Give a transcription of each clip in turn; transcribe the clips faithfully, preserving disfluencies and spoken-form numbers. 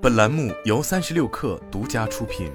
本栏目由三十六氪独家出品。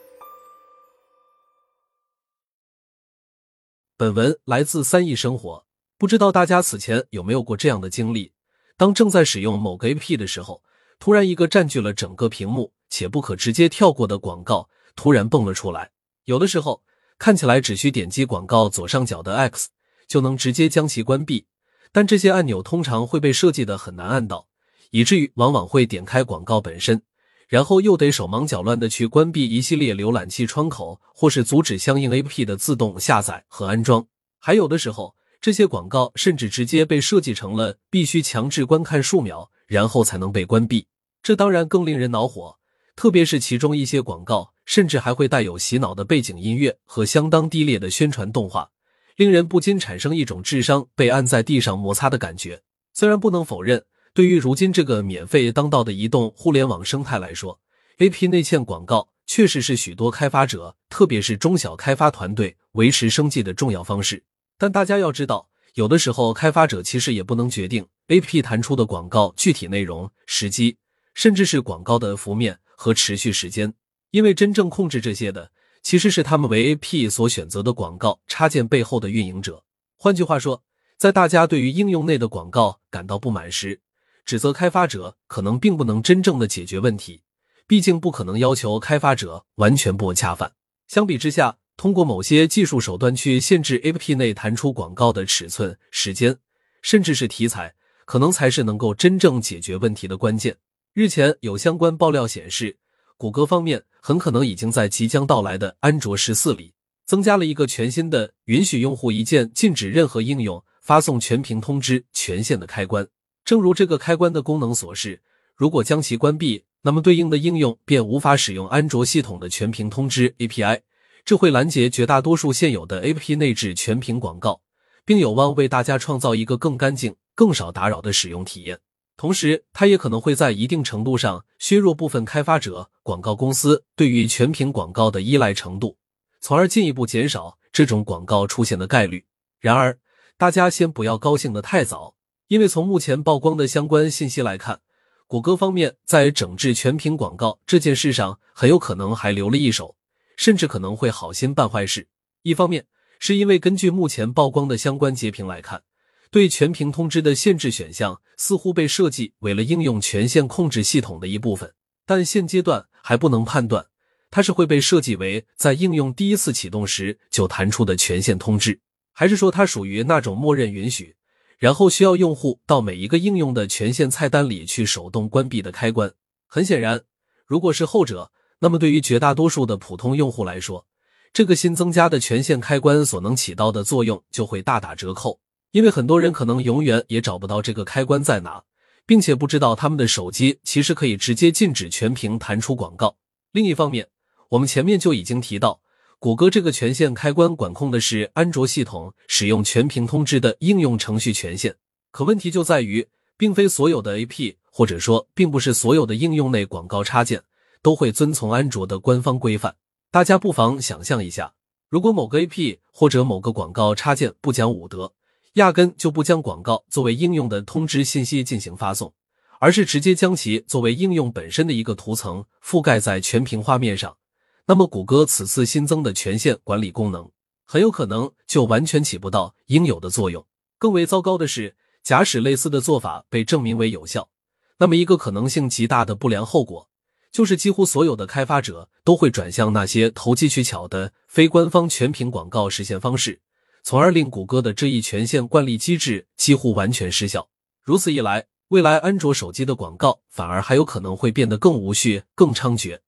本文来自三亿生活。不知道大家此前有没有过这样的经历，当正在使用某个 A P P 的时候，突然一个占据了整个屏幕且不可直接跳过的广告突然蹦了出来。有的时候看起来只需点击广告左上角的 X 就能直接将其关闭，但这些按钮通常会被设计得很难按到，以至于往往会点开广告本身，然后又得手忙脚乱地去关闭一系列浏览器窗口，或是阻止相应 A P P 的自动下载和安装。还有的时候，这些广告甚至直接被设计成了必须强制观看数秒，然后才能被关闭。这当然更令人恼火，特别是其中一些广告甚至还会带有洗脑的背景音乐和相当低劣的宣传动画，令人不禁产生一种智商被按在地上摩擦的感觉。虽然不能否认，对于如今这个免费当道的移动互联网生态来说， A P P 内嵌广告确实是许多开发者，特别是中小开发团队维持生计的重要方式。但大家要知道，有的时候开发者其实也不能决定 A P P 弹出的广告具体内容、时机，甚至是广告的幅面和持续时间，因为真正控制这些的其实是他们为 A P P 所选择的广告插件背后的运营者。换句话说，在大家对于应用内的广告感到不满时，指责开发者可能并不能真正的解决问题，毕竟不可能要求开发者完全不恰饭。相比之下，通过某些技术手段去限制 A P P 内弹出广告的尺寸、时间，甚至是题材，可能才是能够真正解决问题的关键。日前有相关爆料显示，谷歌方面很可能已经在即将到来的安卓十四里增加了一个全新的允许用户一键禁止任何应用发送全屏通知权限的开关。正如这个开关的功能所示，如果将其关闭，那么对应的应用便无法使用安卓系统的全屏通知 A P I， 这会拦截绝大多数现有的 A P P 内置全屏广告，并有望为大家创造一个更干净、更少打扰的使用体验。同时，它也可能会在一定程度上削弱部分开发者、广告公司对于全屏广告的依赖程度，从而进一步减少这种广告出现的概率。然而，大家先不要高兴得太早，因为从目前曝光的相关信息来看，谷歌方面在整治全屏广告这件事上很有可能还留了一手，甚至可能会好心办坏事。一方面是因为根据目前曝光的相关截屏来看，对全屏通知的限制选项似乎被设计为了应用权限控制系统的一部分，但现阶段还不能判断它是会被设计为在应用第一次启动时就弹出的权限通知，还是说它属于那种默认允许，然后需要用户到每一个应用的权限菜单里去手动关闭的开关。很显然，如果是后者，那么对于绝大多数的普通用户来说，这个新增加的权限开关所能起到的作用就会大打折扣，因为很多人可能永远也找不到这个开关在哪，并且不知道他们的手机其实可以直接禁止全屏弹出广告。另一方面，我们前面就已经提到，谷歌这个权限开关管控的是安卓系统使用全屏通知的应用程序权限，可问题就在于，并非所有的 A P P， 或者说并不是所有的应用内广告插件都会遵从安卓的官方规范。大家不妨想象一下，如果某个 A P P 或者某个广告插件不讲武德，压根就不将广告作为应用的通知信息进行发送，而是直接将其作为应用本身的一个图层覆盖在全屏画面上，那么谷歌此次新增的权限管理功能很有可能就完全起不到应有的作用。更为糟糕的是，假使类似的做法被证明为有效，那么一个可能性极大的不良后果就是几乎所有的开发者都会转向那些投机取巧的非官方全屏广告实现方式，从而令谷歌的这一权限惯例机制几乎完全失效。如此一来，未来安卓手机的广告反而还有可能会变得更无序、更猖獗。